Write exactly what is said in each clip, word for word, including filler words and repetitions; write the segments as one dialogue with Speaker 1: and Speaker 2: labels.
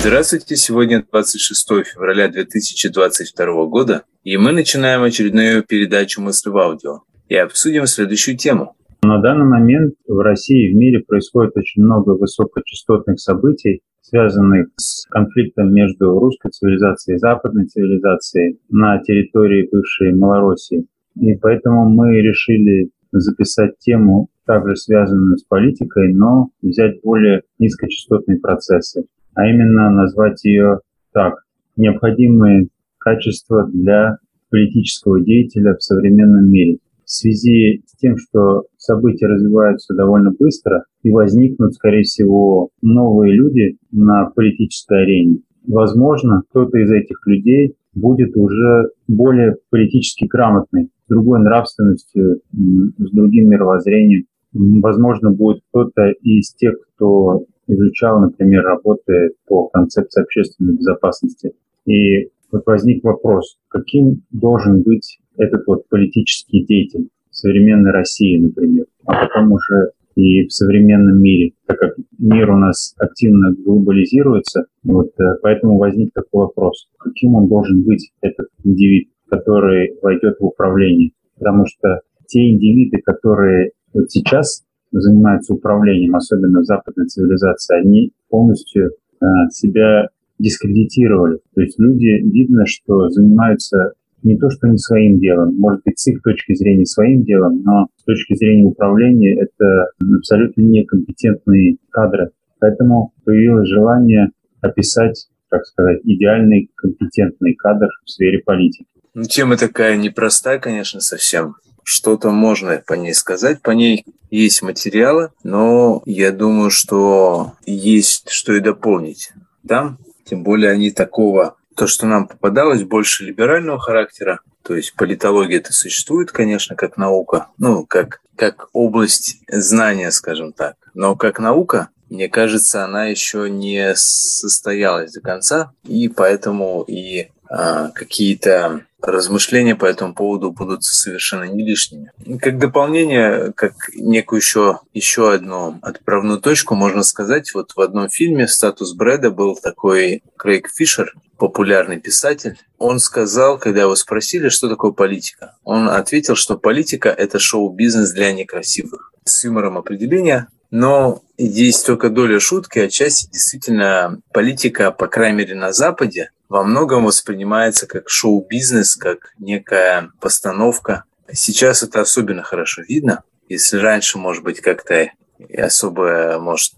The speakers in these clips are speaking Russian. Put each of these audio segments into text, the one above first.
Speaker 1: Здравствуйте, сегодня двадцать шестое февраля две тысячи двадцать второго года, и мы начинаем очередную передачу «Мысли в аудио» и обсудим следующую тему.
Speaker 2: На данный момент в России и в мире происходит очень много высокочастотных событий, связанных с конфликтом между русской цивилизацией и западной цивилизацией на территории бывшей Малороссии. И поэтому мы решили записать тему, также связанную с политикой, но взять более низкочастотные процессы, а именно назвать ее так: необходимые качества для политического деятеля в современном мире. В связи с тем, что события развиваются довольно быстро и возникнут, скорее всего, новые люди на политической арене, возможно, кто-то из этих людей будет уже более политически грамотный, с другой нравственностью, с другим мировоззрением. Возможно, будет кто-то из тех, кто изучал, например, работает по концепции общественной безопасности. И вот возник вопрос, каким должен быть этот вот политический деятель в современной России, например, а потом уже и в современном мире, так как мир у нас активно глобализируется, вот, поэтому возник такой вопрос, каким он должен быть, этот индивид, который войдет в управление. Потому что те индивиды, которые вот сейчас занимаются управлением, особенно в западной цивилизации, они полностью э, себя дискредитировали. То есть люди, видно, что занимаются не то, что не своим делом, может быть, с их точки зрения своим делом, но с точки зрения управления это абсолютно некомпетентные кадры. Поэтому появилось желание описать, так сказать, идеальный компетентный кадр в сфере политики.
Speaker 1: Ну, тема такая непростая, конечно, совсем. Что-то можно по ней сказать, по ней есть материалы, но я думаю, что есть что и дополнить. Там, тем более они такого, то, что нам попадалось, больше либерального характера, то есть политология-то существует, конечно, как наука, ну, как, как область знания, скажем так, но как наука, мне кажется, она еще не состоялась до конца, и поэтому и а, какие-то размышления по этому поводу будут совершенно не лишними. Как дополнение, как некую еще, еще одну отправную точку, можно сказать, вот в одном фильме «Статус Брэда» был такой Крейг Фишер, популярный писатель. Он сказал, когда его спросили, что такое политика, он ответил, что политика – это шоу-бизнес для некрасивых. С юмором определения, но есть только доля шутки, отчасти действительно политика, по крайней мере на Западе, во многом воспринимается как шоу-бизнес, как некая постановка. Сейчас это особенно хорошо видно. Если раньше, может быть, как-то и особо, может,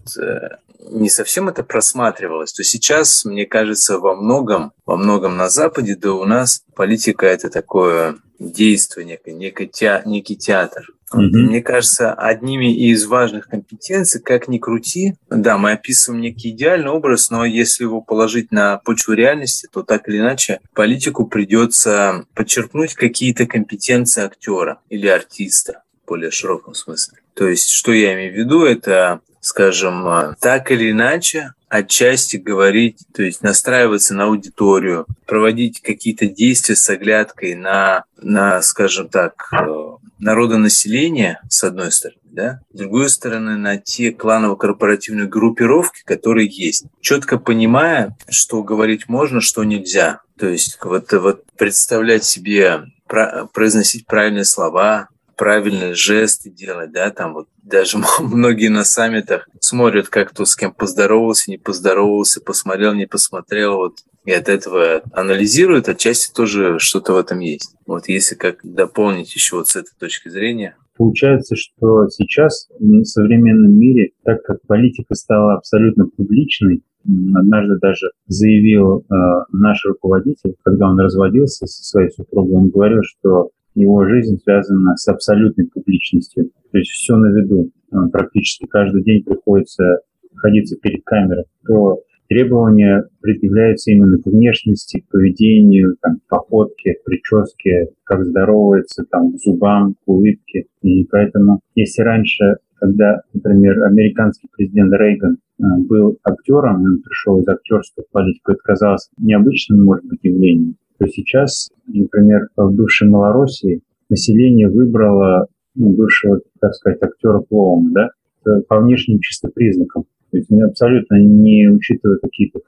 Speaker 1: не совсем это просматривалось, то сейчас, мне кажется, во многом, во многом на Западе, да у нас политика – это такое действие, некое, некий, те, некий театр. Mm-hmm. Мне кажется, одними из важных компетенций, как ни крути, да, мы описываем некий идеальный образ, но если его положить на почву реальности, то так или иначе политику придется подчеркнуть какие-то компетенции актера или артиста в более широком смысле. То есть, что я имею в виду, это, скажем, так или иначе отчасти говорить, то есть настраиваться на аудиторию, проводить какие-то действия с оглядкой на, на, скажем так, народонаселение, с одной стороны, да, с другой стороны, на те кланово-корпоративные группировки, которые есть, четко понимая, что говорить можно, что нельзя. То есть вот, вот представлять себе, произносить правильные слова, правильные жесты делать, да, там вот даже многие на саммитах смотрят, как кто с кем поздоровался, не поздоровался, посмотрел, не посмотрел, вот, и от этого анализируют, отчасти тоже что-то в этом есть. Вот если как дополнить еще вот с этой точки зрения.
Speaker 2: Получается, что сейчас в современном мире, так как политика стала абсолютно публичной, однажды даже заявил э, наш руководитель, когда он разводился со своей супругой, он говорил, что его жизнь связана с абсолютной публичностью. То есть все на виду. Практически каждый день приходится находиться перед камерой. То требования предъявляются именно к внешности, к поведению, там, к походке, к прическе, как здоровается, там, к зубам, к улыбке. И поэтому, если раньше, когда, например, американский президент Рейган был актером, он пришел из актерства в политику, это казалось необычным, может быть, явлением, то сейчас, например, в бывшей Малороссии население выбрало ну, бывшего, так сказать, актера-клоуна, да, по внешним чисто признакам. То есть абсолютно не учитывая какие-то там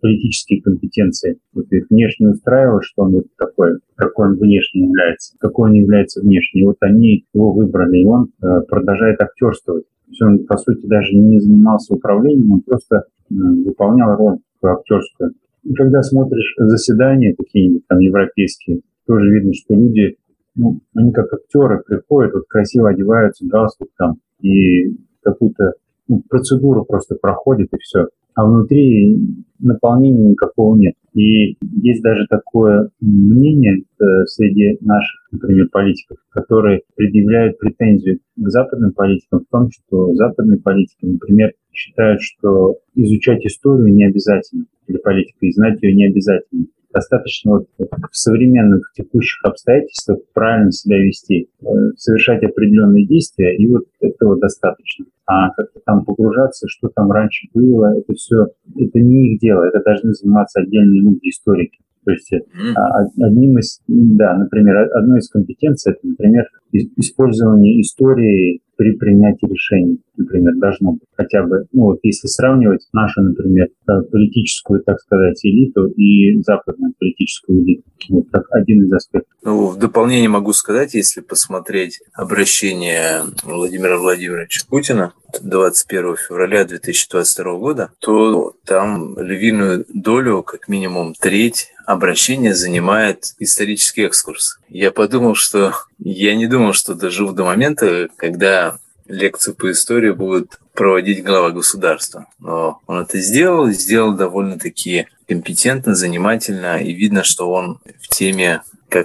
Speaker 2: политические компетенции. Вот их внешне устраивало, что он вот такой, какой он внешне является, какой он является внешне. И вот они его выбрали, и он э, продолжает актерствовать. То есть он, по сути, даже не занимался управлением, он просто э, выполнял роль актерскую. И когда смотришь заседания какие-нибудь там европейские, тоже видно, что люди, ну, они как актеры приходят, вот красиво одеваются, галстук там, и какую-то ну, процедуру просто проходит, и все. А внутри наполнения никакого нет. И есть даже такое мнение э, среди наших, например, политиков, которые предъявляют претензию к западным политикам в том, что западные политики, например, считают, что изучать историю не обязательно для политика, и знать ее не обязательно. Достаточно вот в современных текущих обстоятельствах правильно себя вести, совершать определенные действия, и вот этого достаточно. А как-то там погружаться, что там раньше было, это все, это не их дело, это должны заниматься отдельные люди, историки. То есть одним из, да, например, одной из компетенций, это, например, использование истории при принятии решений, например, должно быть хотя бы, ну вот если сравнивать нашу, например, политическую, так сказать, элиту и западную политическую элиту, вот как один из аспектов.
Speaker 1: Ну, в дополнение могу сказать, если посмотреть обращение Владимира Владимировича Путина двадцать первого февраля две тысячи двадцать второго года, то там львиную долю, как минимум треть обращения занимает исторический экскурс. Я подумал, что я не думал, что доживу до момента, когда лекцию по истории будут проводить глава государства. Но он это сделал, и сделал довольно-таки компетентно, занимательно, и видно, что он в теме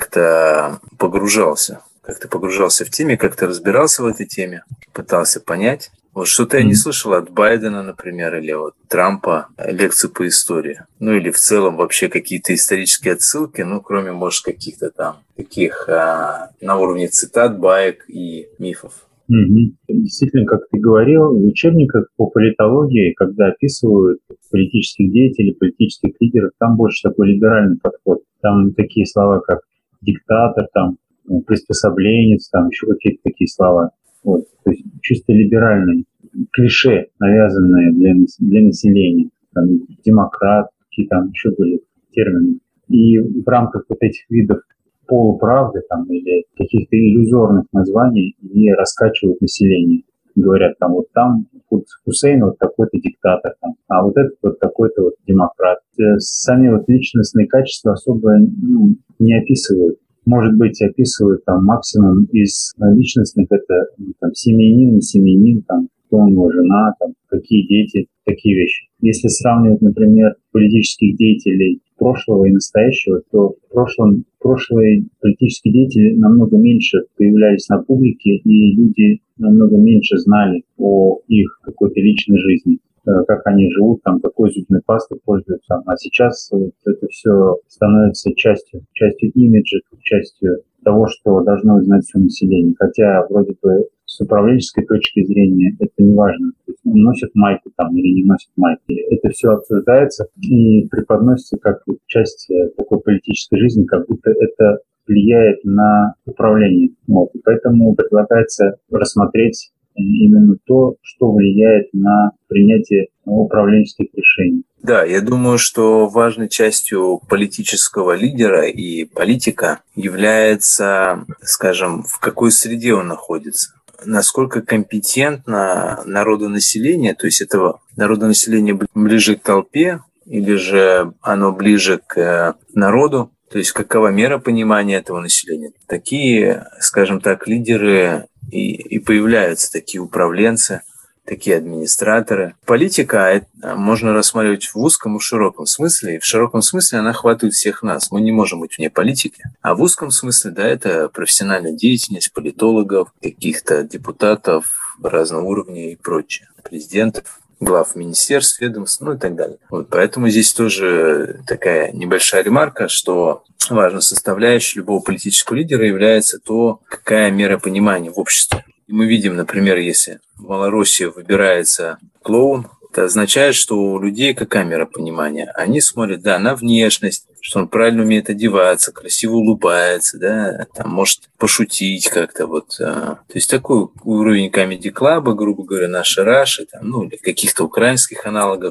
Speaker 1: как-то погружался. Как-то погружался в теме, как-то разбирался в этой теме, пытался понять. Вот что-то я не слышал от Байдена, например, или от Трампа лекцию по истории. Ну или в целом вообще какие-то исторические отсылки, ну кроме, может, каких-то там таких а, на уровне цитат, баек и мифов.
Speaker 2: Угу. Действительно, как ты говорил, в учебниках по политологии, когда описывают политических деятелей, политических лидеров, там больше такой либеральный подход. Там такие слова, как диктатор, там, приспособленец, там еще какие-то такие слова. Вот. То есть чисто либеральные клише, навязанные для, для населения. Там, демократ, какие там еще были термины. И в рамках вот этих видов полуправды там, или каких-то иллюзорных названий не раскачивают население. Говорят, там вот там Хусейн вот такой-то диктатор, там, а вот этот вот такой-то вот демократ. Сами вот личностные качества особо ну, не описывают. Может быть, описывают там максимум из личностных, это там, семьянин, не семьянин, там, кто у него жена, там, какие дети, такие вещи. Если сравнивать, например, политических деятелей прошлого и настоящего, то в прошлом прошлые политические деятели намного меньше появлялись на публике, и люди намного меньше знали о их какой-то личной жизни, как они живут, там, какой зубной пастой пользуются. А сейчас вот это все становится частью, частью имиджа, частью того, что должно знать все население. Хотя вроде бы с управленческой точки зрения это не важно. То есть он носит майку там или не носит майки. Это все обсуждается и преподносится как часть такой политической жизни, как будто это влияет на управление. Вот. И поэтому предлагается рассмотреть именно то, что влияет на принятие управленческих решений.
Speaker 1: Да, я думаю, что важной частью политического лидера и политика является, скажем, в какой среде он находится. Насколько компетентно народонаселение, то есть этого народонаселение ближе к толпе или же оно ближе к народу, то есть какова мера понимания этого населения. Такие, скажем так, лидеры и, и появляются, такие управленцы, такие администраторы. Политика можно рассматривать в узком и в широком смысле. И в широком смысле она охватывает всех нас. Мы не можем быть вне политики. А в узком смысле, да, это профессиональная деятельность политологов, каких-то депутатов разного уровня и прочее, президентов, глав министерств, ведомств, ну и так далее. Вот, поэтому здесь тоже такая небольшая ремарка, что важной составляющей любого политического лидера является то, какая мера понимания в обществе. И мы видим, например, если в Малороссии выбирается клоун, это означает, что у людей какая мера понимания? Они смотрят, да, на внешность, что он правильно умеет одеваться, красиво улыбается, да, там может пошутить как-то вот. А, то есть такой уровень комеди-клаба, грубо говоря, наши Раши, там, ну, или каких-то украинских аналогов,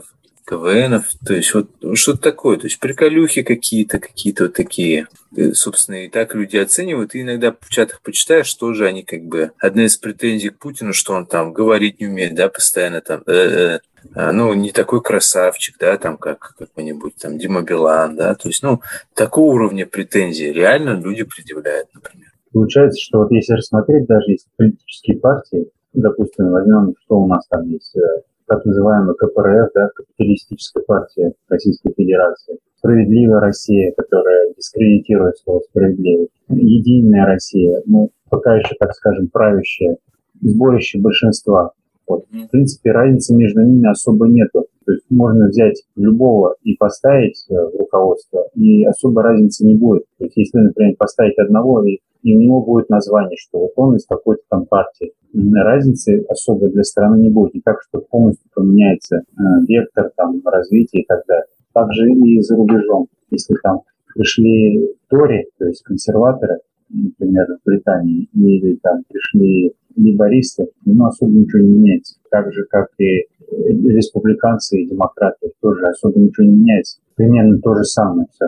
Speaker 1: КВНов, то есть вот что-то такое, то есть приколюхи какие-то, какие-то вот такие. И, собственно, и так люди оценивают, и иногда в чатах почитаешь, тоже они как бы... Одна из претензий к Путину, что он там говорить не умеет, да, постоянно там... Э-э, ну, не такой красавчик, да, там, как какой-нибудь там Дима Билан, да, то есть, ну, такого уровня претензий реально люди предъявляют, например.
Speaker 2: Получается, что вот если рассмотреть даже если политические партии, допустим, возьмем, что у нас там есть, так называемая ка пэ эр эф, да, Капиталистическая партия Российской Федерации, Справедливая Россия, которая дискредитирует слово справедливость, Единая Россия, ну, пока еще, так скажем, правящая, сборище большинства. Вот. В принципе, разницы между ними особо нету. То есть можно взять любого и поставить в руководство, и особо разницы не будет. То есть если, например, поставить одного, и, и у него будет название, что вот он из какой-то там партии, разницы особо для страны не будет. Не так, что полностью поменяется э, вектор там, развития и так далее. Также и за рубежом. Если там пришли Тори, то есть консерваторы, например, в Британии, или там пришли лейбористы, ну, особо ничего не меняется. Так же, как и республиканцы и демократы, тоже особо ничего не меняется. Примерно то же самое все.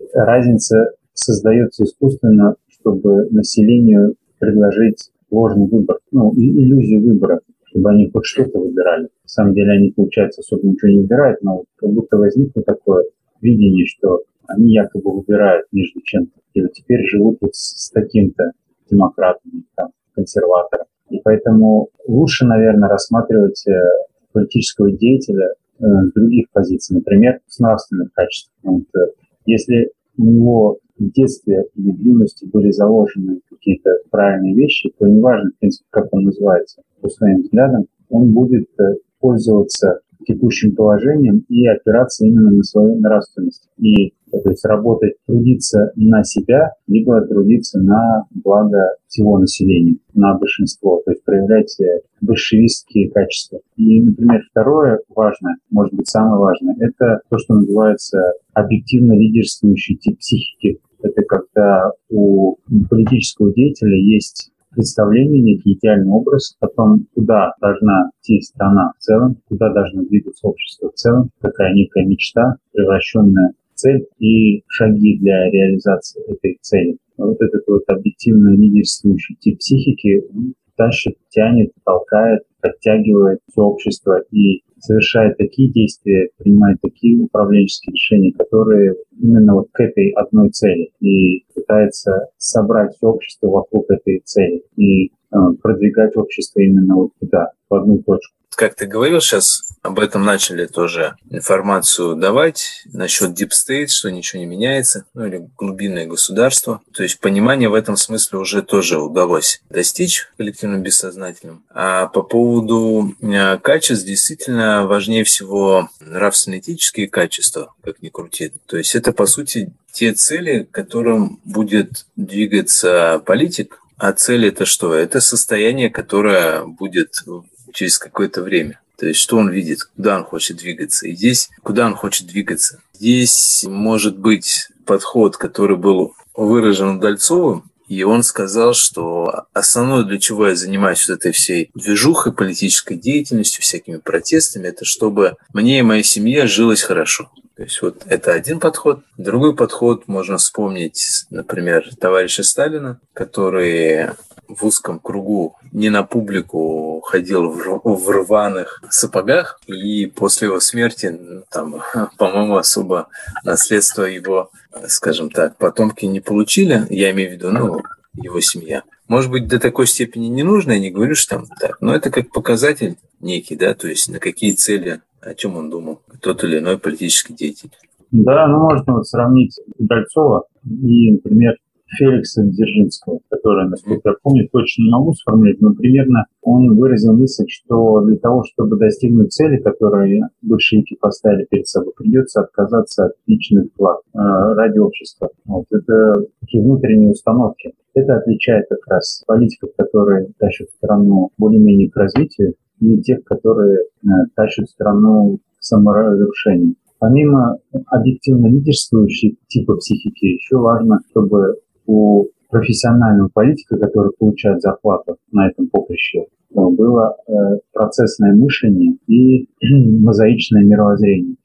Speaker 2: Разница создается искусственно, чтобы населению предложить ложный выбор, ну, иллюзию выбора, чтобы они хоть что-то выбирали. На самом деле они, получается, особо ничего не выбирают, но как будто возникло такое видение, что они якобы выбирают между чем-то. И вот теперь живут вот с, с таким-то демократом, там, консерватором. И поэтому лучше, наверное, рассматривать э, политического деятеля э, с других позиций, например, с нравственных качеств. Вот, э, если у него в детстве или в юности были заложены какие-то правильные вещи, то неважно, в принципе, как он называется, по своим взглядам, он будет э, пользоваться текущим положением и опираться именно на свою нравственность. И то есть работать, трудиться на себя, либо трудиться на благо всего населения, на большинство, то есть проявлять большевистские качества. И, например, второе важное, может быть, самое важное, это то, что называется объективно лидерствующий тип психики. Это когда у политического деятеля есть представление, некий идеальный образ о том, куда должна идти страна в целом, куда должно двигаться общество в целом, такая некая мечта, превращенная в цель и шаги для реализации этой цели. Вот этот вот объективно лидерствующий тип психики тащит, тянет, толкает, подтягивает все общество и совершает такие действия, принимает такие управленческие решения, которые именно вот к этой одной цели, и пытается собрать все общество вокруг этой цели и э, продвигать общество именно вот туда, в одну точку.
Speaker 1: Как ты говорил, сейчас об этом начали тоже информацию давать насчет Deep State, что ничего не меняется, ну или глубинное государство. То есть понимание в этом смысле уже тоже удалось достичь коллективным бессознательным. А по поводу качеств действительно важнее всего нравственно-этические качества, как ни крути. То есть это, по сути, те цели, к которым будет двигаться политик. А цель это что? Это состояние, которое будет через какое-то время. То есть, что он видит, куда он хочет двигаться. И здесь, куда он хочет двигаться. Здесь может быть подход, который был выражен Удальцовым, и он сказал, что основное, для чего я занимаюсь вот этой всей движухой, политической деятельностью, всякими протестами, это чтобы мне и моей семье жилось хорошо. То есть вот это один подход. Другой подход можно вспомнить, например, товарища Сталина, который в узком кругу, не на публику, ходил в рваных сапогах, и после его смерти, там, по-моему, особо наследство его, скажем так, потомки не получили, я имею в виду, ну, его семья. Может быть, до такой степени не нужно, я не говорю, что там так, но это как показатель некий, да, то есть на какие цели, о чем он думал, тот или иной политический деятель.
Speaker 2: Да, ну можно вот сравнить Удальцова и, например, Феликса Дзержинского, который, насколько я помню, точно не могу сформулировать, но примерно он выразил мысль, что для того, чтобы достигнуть цели, которые большевики поставили перед собой, придется отказаться от личных благ э, ради общества. Вот. Это такие внутренние установки. Это отличает как раз политиков, которые тащат страну более-менее к развитию, и тех, которые э, тащат страну к саморазрушению. Помимо объективно лидерствующей типа психики, еще важно, чтобы у профессионального политика, который получает зарплату на этом поприще, было э, процессное мышление и мозаичное мировоззрение.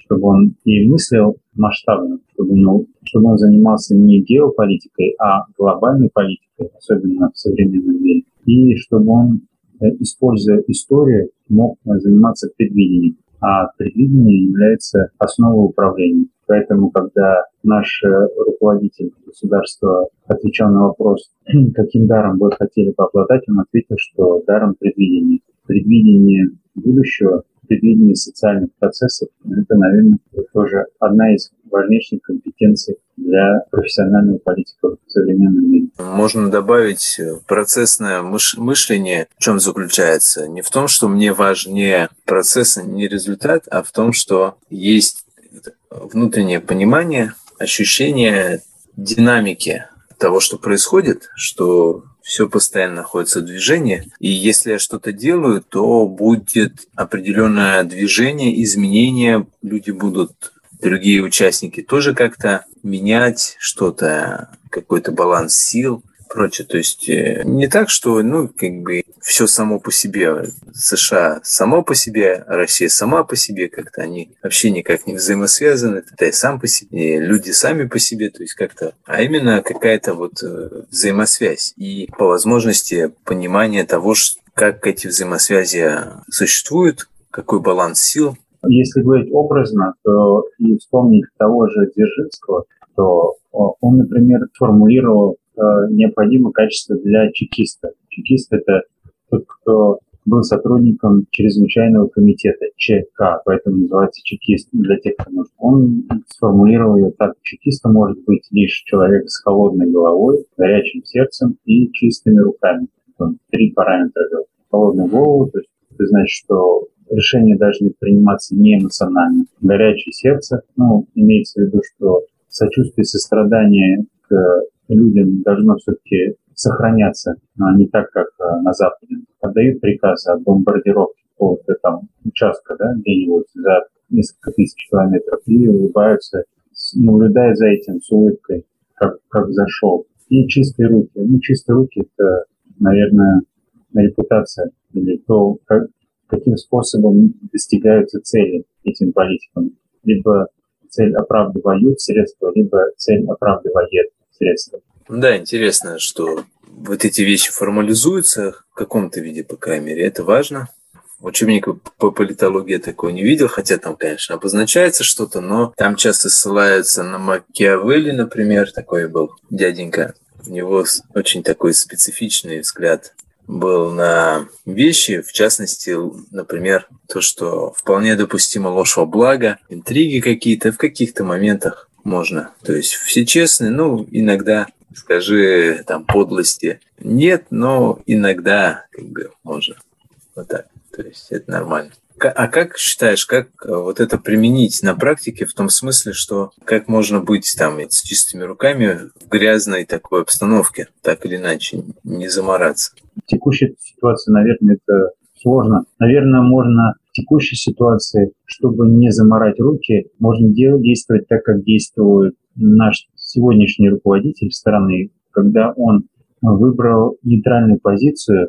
Speaker 2: чтобы он и мыслил масштабно, чтобы, у него, чтобы он занимался не геополитикой, а глобальной политикой, особенно в современном мире, и чтобы он, используя историю, мог заниматься предвидением. А предвидение является основой управления. Поэтому, когда наш руководитель государства отвечал на вопрос, каким даром вы хотели бы обладать, он ответил, что даром предвидения. Предвидение будущего, предвидение социальных процессов – это, наверное, тоже одна из важнейших компетенций для профессионального политика в современном мире.
Speaker 1: Можно добавить процессное мышление. В чем заключается? Не в том, что мне важнее процесс, не результат, а в том, что есть внутреннее понимание, ощущение динамики того, что происходит, что все постоянно находится в движении. И если я что-то делаю, то будет определенное движение, изменения. Люди будут, другие участники, тоже как-то менять что-то, какой-то баланс сил, прочее. То есть не так, что ну, как бы все само по себе. США само по себе, Россия сама по себе, как-то они вообще никак не взаимосвязаны. Китай сам по себе, люди сами по себе, то есть как-то, а именно какая-то вот взаимосвязь и по возможности понимание того, как эти взаимосвязи существуют, какой баланс сил.
Speaker 2: Если говорить образно, то и вспомнить того же Дзержинского, то он, например, формулировал необходимое качество для чекиста. Чекист – это тот, кто был сотрудником чрезвычайного комитета, ЧК, поэтому называется чекист для тех, кто может. Он сформулировал ее так: чекистом может быть лишь человек с холодной головой, горячим сердцем и чистыми руками. Он три параметра вел. Холодную голову, то есть это значит, что решения должны приниматься не эмоционально. Горячее сердце, ну, имеется в виду, что сочувствие, сострадание к людям должно все-таки сохраняться, но не так, как на Западе. Отдают приказ о бомбардировке какого-то там участка, да, где-нибудь за несколько тысяч километров, и улыбаются, наблюдая за этим с улыбкой, как, как зашел. И чистые руки. Ну, чистые руки – это, наверное, репутация, или то, как, каким способом достигаются цели этим политикам. Либо цель оправдывает средства, либо цель оправдывает средства.
Speaker 1: Да, интересно, что вот эти вещи формализуются в каком-то виде, по крайней мере. Это важно. Учебника по политологии я такого не видел, хотя там, конечно, обозначается что-то, но там часто ссылаются на Макиавелли, например, такой был дяденька. У него очень такой специфичный взгляд был на вещи, в частности, например, то, что вполне допустимо ложь во благо, интриги какие-то в каких-то моментах можно. То есть все честны, ну, иногда, скажи, там, подлости нет, но иногда, как бы, можно. Вот так. То есть это нормально. А как считаешь, как вот это применить на практике в том смысле, что как можно быть там с чистыми руками в грязной такой обстановке, так или иначе, не замораться?
Speaker 2: В текущей ситуации, наверное, это сложно. Наверное, можно в текущей ситуации, чтобы не заморать руки, можно делать, действовать так, как действует наш сегодняшний руководитель страны, когда он выбрал нейтральную позицию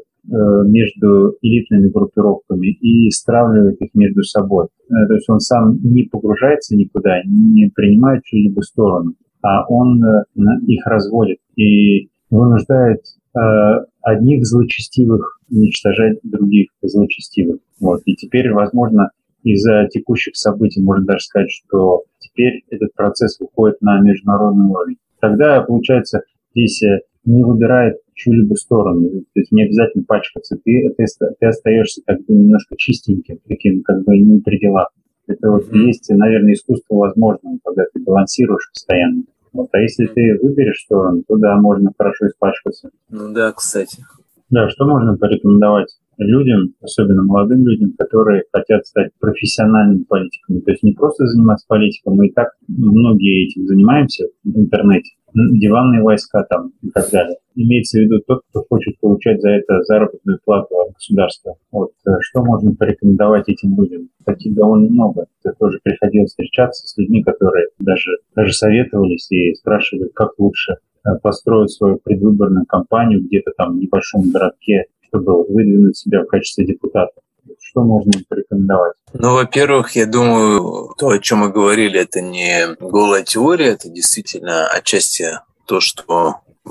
Speaker 2: между элитными группировками и стравливает их между собой. То есть он сам не погружается никуда, не принимает чью-либо сторону, а он их разводит и вынуждает одних злочестивых уничтожать других злочестивых. Вот. И теперь, возможно, из-за текущих событий можно даже сказать, что теперь этот процесс выходит на международный уровень. Тогда, получается, здесь не выбирает чью-либо сторону. То есть не обязательно пачкаться. Ты, ты, ты остаешься как бы немножко чистеньким, таким как бы не при делах. Это вот mm-hmm. есть, наверное, искусство возможного, когда ты балансируешь постоянно. Вот. А если ты выберешь сторону, то да, можно хорошо испачкаться.
Speaker 1: Ну да, кстати.
Speaker 2: Да, что можно порекомендовать людям, особенно молодым людям, которые хотят стать профессиональными политиками? То есть не просто заниматься политикой, мы и так многие этим занимаемся в интернете. Диванные войска там и так далее. Имеется в виду тот, кто хочет получать за это заработную плату от государства. Вот что можно порекомендовать этим людям? Таких довольно много. Это тоже приходилось встречаться с людьми, которые даже, даже советовались и спрашивали, как лучше построить свою предвыборную кампанию где-то там в небольшом городке, чтобы выдвинуть себя в качестве депутата. что можно им порекомендовать?
Speaker 1: Ну, во-первых, я думаю, то, о чем мы говорили, это не голая теория, это действительно отчасти то, что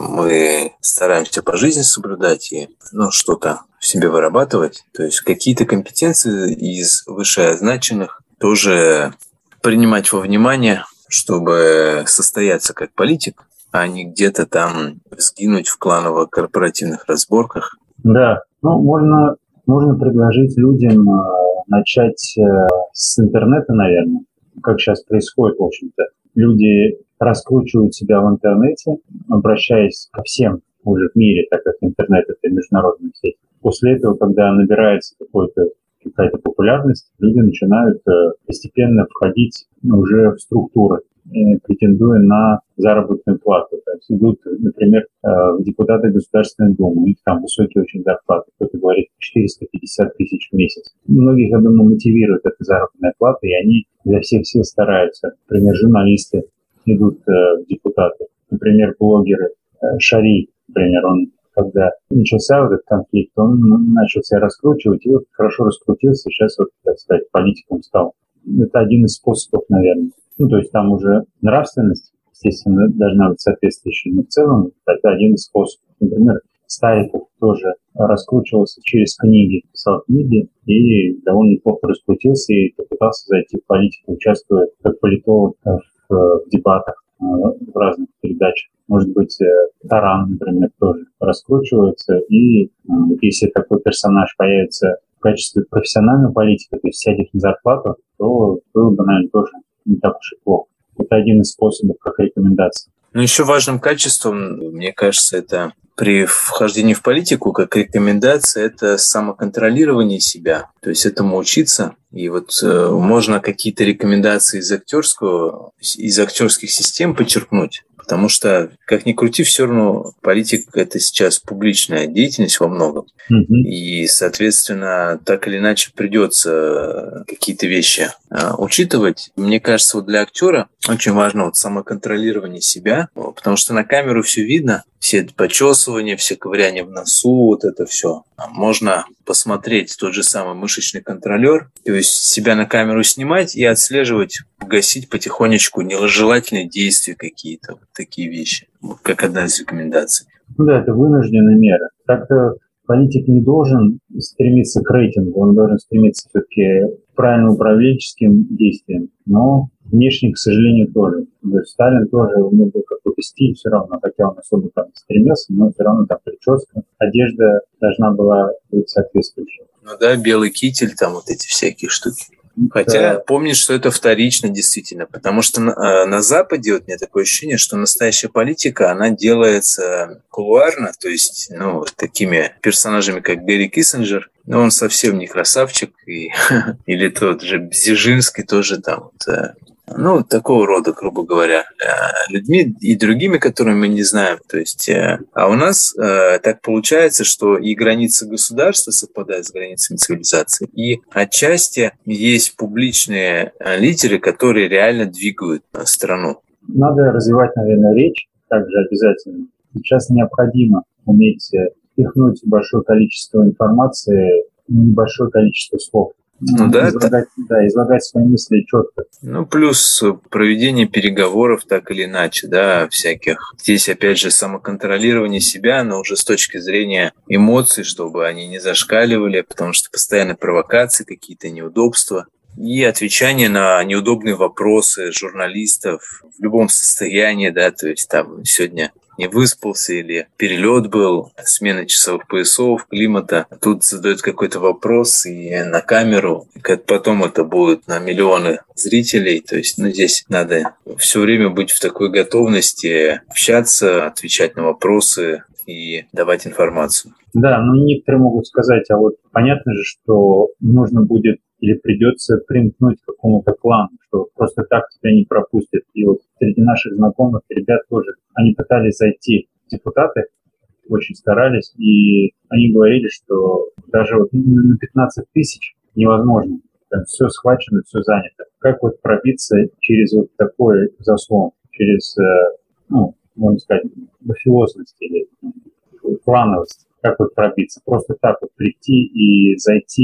Speaker 1: мы стараемся по жизни соблюдать и ну, что-то в себе вырабатывать. То есть какие-то компетенции из вышеозначенных тоже принимать во внимание, чтобы состояться как политик, а не где-то там сгинуть в кланово-корпоративных разборках.
Speaker 2: Да, ну, можно, можно предложить людям э, начать э, с интернета, наверное, как сейчас происходит, в общем-то. Люди раскручивают себя в интернете, обращаясь ко всем уже в мире, так как интернет — это международная сеть. После этого, когда набирается какой-то, какая-то популярность, люди начинают э, постепенно входить ну, уже в структуры, э, претендуя на заработную плату. То есть идут, например, э, в депутаты Государственной Думы, у них там высокие очень зарплаты, кто-то говорит четыреста пятьдесят тысяч в месяц. Многих, я думаю, мотивирует эта заработная плата, и они для всех сил стараются. Например, журналисты идут э, в депутаты, например, блогеры. Э, Шари, например, он когда начался вот этот конфликт, он начал себя раскручивать, и вот хорошо раскрутился, сейчас вот, так сказать, политиком стал. Это один из способов, наверное. Ну, то есть там уже нравственность, естественно, должна быть соответствующей, но в целом это один из способов. Например, Стариков тоже раскручивался через книги, писал книги и довольно неплохо раскрутился и попытался зайти в политику, участвуя как политолог в, в дебатах в разных передачах. Может быть, Таран, например, тоже раскручивается, и если такой персонаж появится в качестве профессионального политика, то есть сядет на зарплату, то было бы, наверное, тоже не так уж и плохо. Это один из способов, как рекомендация.
Speaker 1: Ну, еще важным качеством, мне кажется, это при вхождении в политику, как рекомендация, это самоконтролирование себя. То есть этому учиться. И вот э, можно какие-то рекомендации из актерского, из актерских систем подчеркнуть. Потому что, как ни крути, все равно политика – это сейчас публичная деятельность во многом. Mm-hmm. И, соответственно, так или иначе придется какие-то вещи а, учитывать. Мне кажется, вот для актера очень важно вот самоконтролирование себя, потому что на камеру все видно, все почесывания, все ковыряния в носу, вот это все. Можно посмотреть тот же самый мышечный контролер, то есть себя на камеру снимать и отслеживать, гасить потихонечку нежелательные действия какие-то, вот такие вещи, как одна из рекомендаций.
Speaker 2: Ну да, это вынужденная мера. Так-то политик не должен стремиться к рейтингу, он должен стремиться все-таки к правильным управленческим действиям, но внешне, к сожалению, тоже. Сталин тоже, у него был какой-то стиль все равно, хотя он особо там не стремился, но все равно там прическа, одежда должна была быть соответствующей.
Speaker 1: Ну да, белый китель, там вот эти всякие штуки. Хотя да. Помнишь, что это вторично действительно, потому что на, на Западе вот у меня такое ощущение, что настоящая политика, она делается кулуарно, то есть ну, такими персонажами, как Гэри Киссинджер, но он совсем не красавчик, и, или тот же Бзежинский тоже там вот, ну, такого рода, грубо говоря, людьми и другими, которыми мы не знаем. То есть, а у нас так получается, что и границы государства совпадают с границами цивилизации, и отчасти есть публичные лидеры, которые реально двигают страну.
Speaker 2: Надо развивать, наверное, речь также обязательно. Сейчас необходимо уметь впихнуть большое количество информации в небольшое количество слов.
Speaker 1: Ну, да,
Speaker 2: излагать, да, излагать свои мысли четко.
Speaker 1: Ну, плюс проведение переговоров так или иначе, да, всяких. Здесь, опять же, самоконтролирование себя, но уже с точки зрения эмоций, чтобы они не зашкаливали, потому что постоянно провокации, какие-то неудобства. И отвечание на неудобные вопросы журналистов в любом состоянии, да, то есть там сегодня не выспался или перелет был, смена часовых поясов, климата. Тут задают какой-то вопрос и на камеру, как потом это будет на миллионы зрителей. То есть ну, здесь надо все время быть в такой готовности общаться, отвечать на вопросы и давать информацию.
Speaker 2: Да, но некоторые могут сказать, а вот понятно же, что нужно будет или придется примкнуть к какому-то клану, что просто так тебя не пропустят. И вот среди наших знакомых ребят тоже, они пытались зайти в депутаты, очень старались, и они говорили, что даже вот на пятнадцать тысяч невозможно. Там все схвачено, все занято. Как вот пробиться через вот такой заслон, через, ну, можно сказать, мафиозность или клановость? Как вот пробиться? Просто так вот прийти и зайти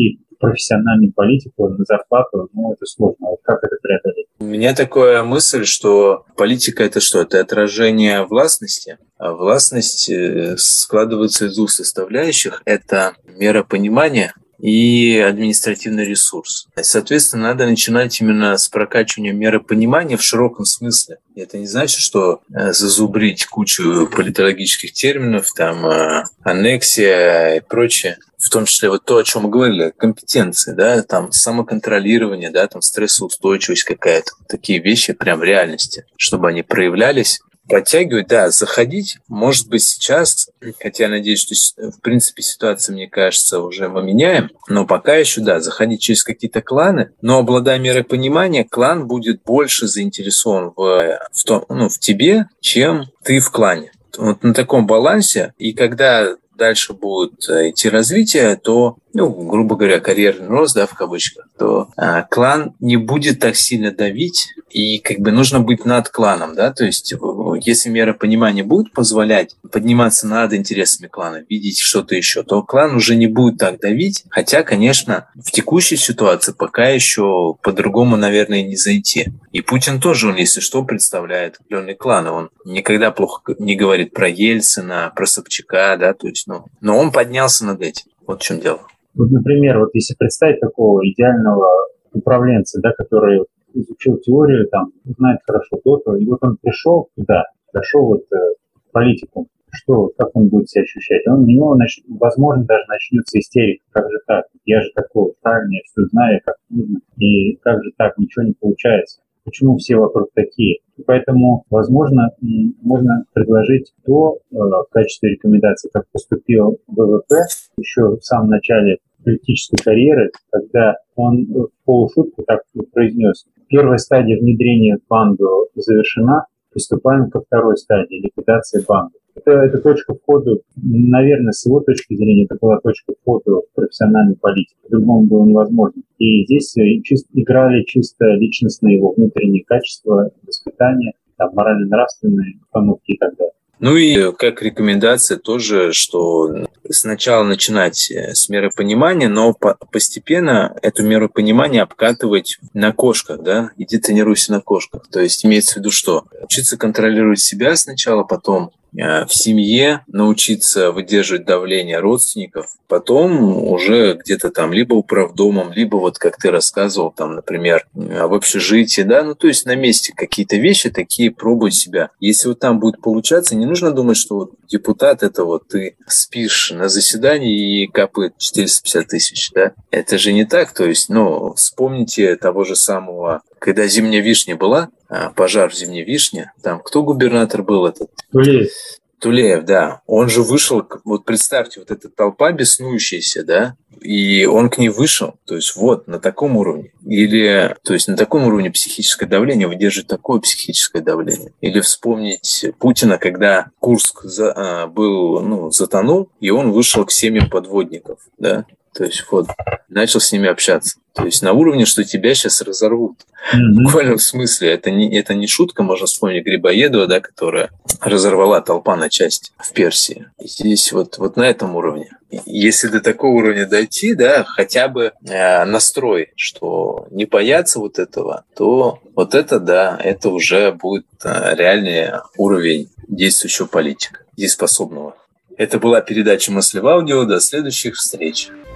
Speaker 2: профессиональную политику на зарплату, ну, это сложно. Вот как это преодолеть?
Speaker 1: У меня такая мысль, что политика – это что? Это отражение властности. А властность складывается из двух составляющих. Это мера понимания и административный ресурс. Соответственно, надо начинать именно с прокачивания меры понимания в широком смысле. И это не значит, что зазубрить кучу политологических терминов, там, аннексия и прочее. В том числе вот то, о чем мы говорили, компетенции, да, там, самоконтролирование, да, там, стрессоустойчивость какая-то. Такие вещи прям в реальности, чтобы они проявлялись. Подтягивать, да, заходить, может быть, сейчас, хотя я надеюсь, что, в принципе, ситуация, мне кажется, уже мы меняем, но пока еще, да, заходить через какие-то кланы, но, обладая мерой понимания, клан будет больше заинтересован в, в, том, ну, в тебе, чем ты в клане. Вот на таком балансе, и когда дальше будет идти развитие, то, ну, грубо говоря, карьерный рост, да, в кавычках, то а, клан не будет так сильно давить, и как бы нужно быть над кланом, да, то есть если мера понимания будет позволять подниматься над интересами клана, видеть что-то еще, то клан уже не будет так давить, хотя, конечно, в текущей ситуации пока еще по-другому, наверное, не зайти. И Путин тоже, он, если что, представляет определенные кланы, он никогда плохо не говорит про Ельцина, про Собчака, да, то есть, ну, но он поднялся над этим, вот в чем дело.
Speaker 2: Вот, например, вот если представить такого идеального управленца, да, который изучил теорию, там, знает хорошо то-то, и вот он пришел туда, дошел вот э, в политику, что, как он будет себя ощущать? Он, у него, нач... возможно, даже начнется истерика, как же так? Я же такой правильный, я все знаю, как нужно, и как же так, ничего не получается. Почему все вокруг такие? И поэтому, возможно, можно предложить то э, в качестве рекомендации, как поступил ВВП еще в самом начале политической карьеры, когда он в полушутку так произнес: первая стадия внедрения в банду завершена, приступаем ко второй стадии ликвидации банды. Это, это точка входа, наверное, с его точки зрения, это была точка входа в профессиональную политику. По-другому было невозможно. И здесь чисто, играли чисто личностные его внутренние качества, воспитания, там, морально-нравственные установки и так далее.
Speaker 1: Ну и как рекомендация тоже, что сначала начинать с меры понимания, но постепенно эту меру понимания обкатывать на кошках, да, иди тренируйся на кошках. То есть имеется в виду что? Учиться контролировать себя сначала, потом в семье научиться выдерживать давление родственников, потом уже где-то там либо управдомом, либо вот как ты рассказывал, там, например, в общежитии, да, ну то есть на месте какие-то вещи такие пробуй себя. Если вот там будет получаться, не нужно думать, что вот депутат это вот ты спишь на заседании и капает четыреста пятьдесят тысяч, да. Это же не так, то есть, ну, вспомните того же самого, когда «Зимняя вишня» была, пожар в «Зимней вишне», там кто губернатор был этот?
Speaker 2: Тулеев.
Speaker 1: Тулеев, да. Он же вышел, вот представьте, вот эта толпа беснующаяся, да, и он к ней вышел, то есть вот на таком уровне. Или, то есть на таком уровне психическое давление выдержит такое психическое давление. Или вспомнить Путина, когда Курск за, а, был, ну, затонул, и он вышел к семьям подводников, да. То есть вот начал с ними общаться. То есть на уровне, что тебя сейчас разорвут. Mm-hmm. В буквальном смысле. Это не, это не шутка. Можно вспомнить Грибоедова, да, которая разорвала толпа на части в Персии. И здесь вот, вот на этом уровне. Если до такого уровня дойти, да, хотя бы э, настрой, что не бояться вот этого, то вот это, да, это уже будет э, реальный уровень действующего политика, дееспособного. Это была передача «Мысли в аудио». До следующих встреч.